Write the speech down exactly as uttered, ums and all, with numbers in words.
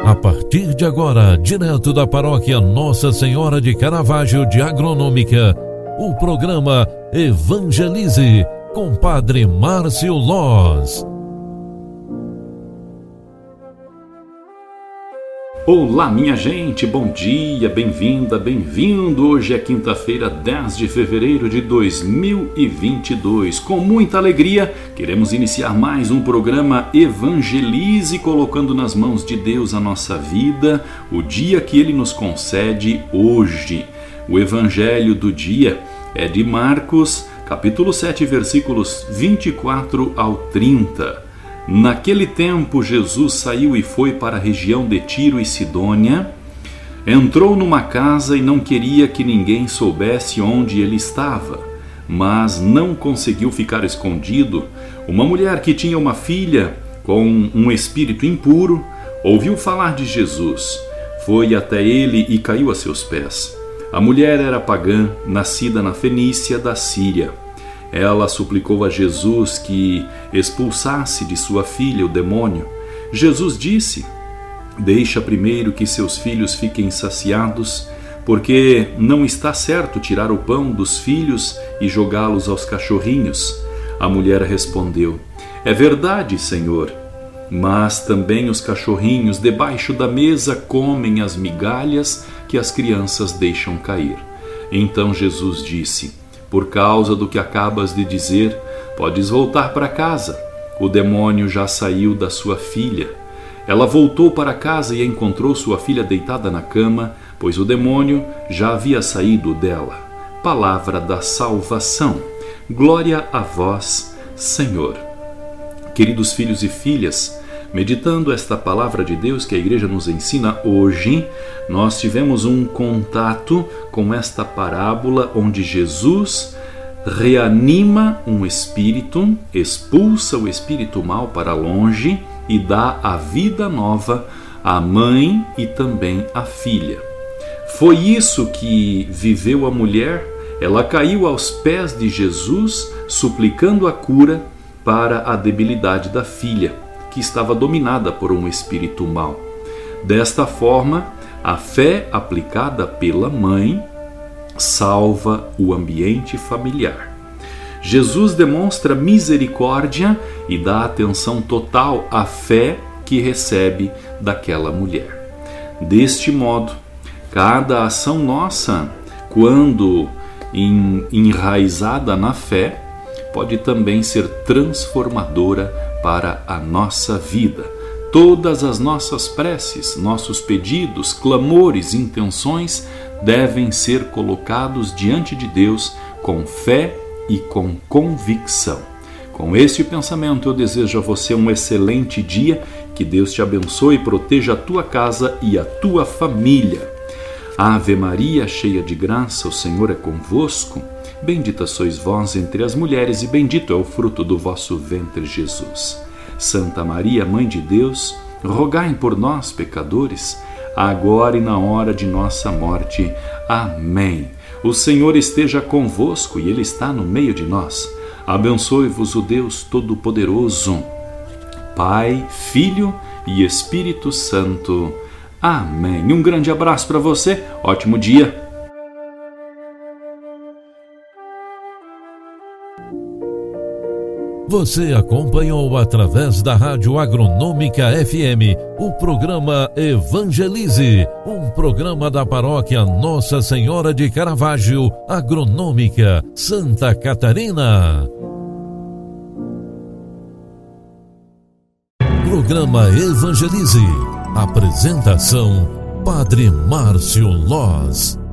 A partir de agora, direto da paróquia Nossa Senhora de Caravaggio de Agronômica, o programa Evangelize com Padre Márcio Loz. Olá, minha gente, bom dia, bem-vinda, bem-vindo. Hoje é quinta-feira, dez de fevereiro de dois mil e vinte e dois. Com muita alegria, queremos iniciar mais um programa Evangelize, colocando nas mãos de Deus a nossa vida, o dia que Ele nos concede hoje. O evangelho do dia é de Marcos, capítulo sete, versículos vinte e quatro ao trinta. Naquele tempo, Jesus saiu e foi para a região de Tiro e Sidônia. Entrou numa casa e não queria que ninguém soubesse onde ele estava, mas não conseguiu ficar escondido. Uma mulher que tinha uma filha com um espírito impuro ouviu falar de Jesus. Foi até ele e caiu a seus pés. A mulher era pagã, nascida na Fenícia da Síria. Ela suplicou a Jesus que expulsasse de sua filha o demônio. Jesus disse: deixa primeiro que seus filhos fiquem saciados, porque não está certo tirar o pão dos filhos e jogá-los aos cachorrinhos. A mulher respondeu: é verdade, Senhor, mas também os cachorrinhos debaixo da mesa comem as migalhas que as crianças deixam cair. Então Jesus disse: por causa do que acabas de dizer, podes voltar para casa. O demônio já saiu da sua filha. Ela voltou para casa e encontrou sua filha deitada na cama, pois o demônio já havia saído dela. Palavra da salvação. Glória a vós, Senhor. Queridos filhos e filhas, meditando esta palavra de Deus que a igreja nos ensina hoje, nós tivemos um contato com esta parábola onde Jesus reanima um espírito, expulsa o espírito mau para longe e dá a vida nova à mãe e também à filha. Foi isso que viveu a mulher. Ela caiu aos pés de Jesus, suplicando a cura para a debilidade da filha, que estava dominada por um espírito mau. Desta forma, a fé aplicada pela mãe salva o ambiente familiar. Jesus demonstra misericórdia e dá atenção total à fé que recebe daquela mulher. Deste modo, cada ação nossa, quando enraizada na fé, pode também ser transformadora para a nossa vida. Todas as nossas preces, nossos pedidos, clamores, intenções devem ser colocados diante de Deus com fé e com convicção. Com este pensamento eu desejo a você um excelente dia, que Deus te abençoe e proteja a tua casa e a tua família. Ave Maria, cheia de graça, o Senhor é convosco. Bendita sois vós entre as mulheres e bendito é o fruto do vosso ventre, Jesus. Santa Maria, Mãe de Deus, rogai por nós, pecadores, agora e na hora de nossa morte. Amém. O Senhor esteja convosco e Ele está no meio de nós. Abençoe-vos o Deus Todo-Poderoso, Pai, Filho e Espírito Santo. Amém. Um grande abraço para você, ótimo dia. Você acompanhou através da Rádio Agronômica F M o programa Evangelize, um programa da paróquia Nossa Senhora de Caravaggio, Agronômica, Santa Catarina. Programa Evangelize. Apresentação: Padre Márcio Loz.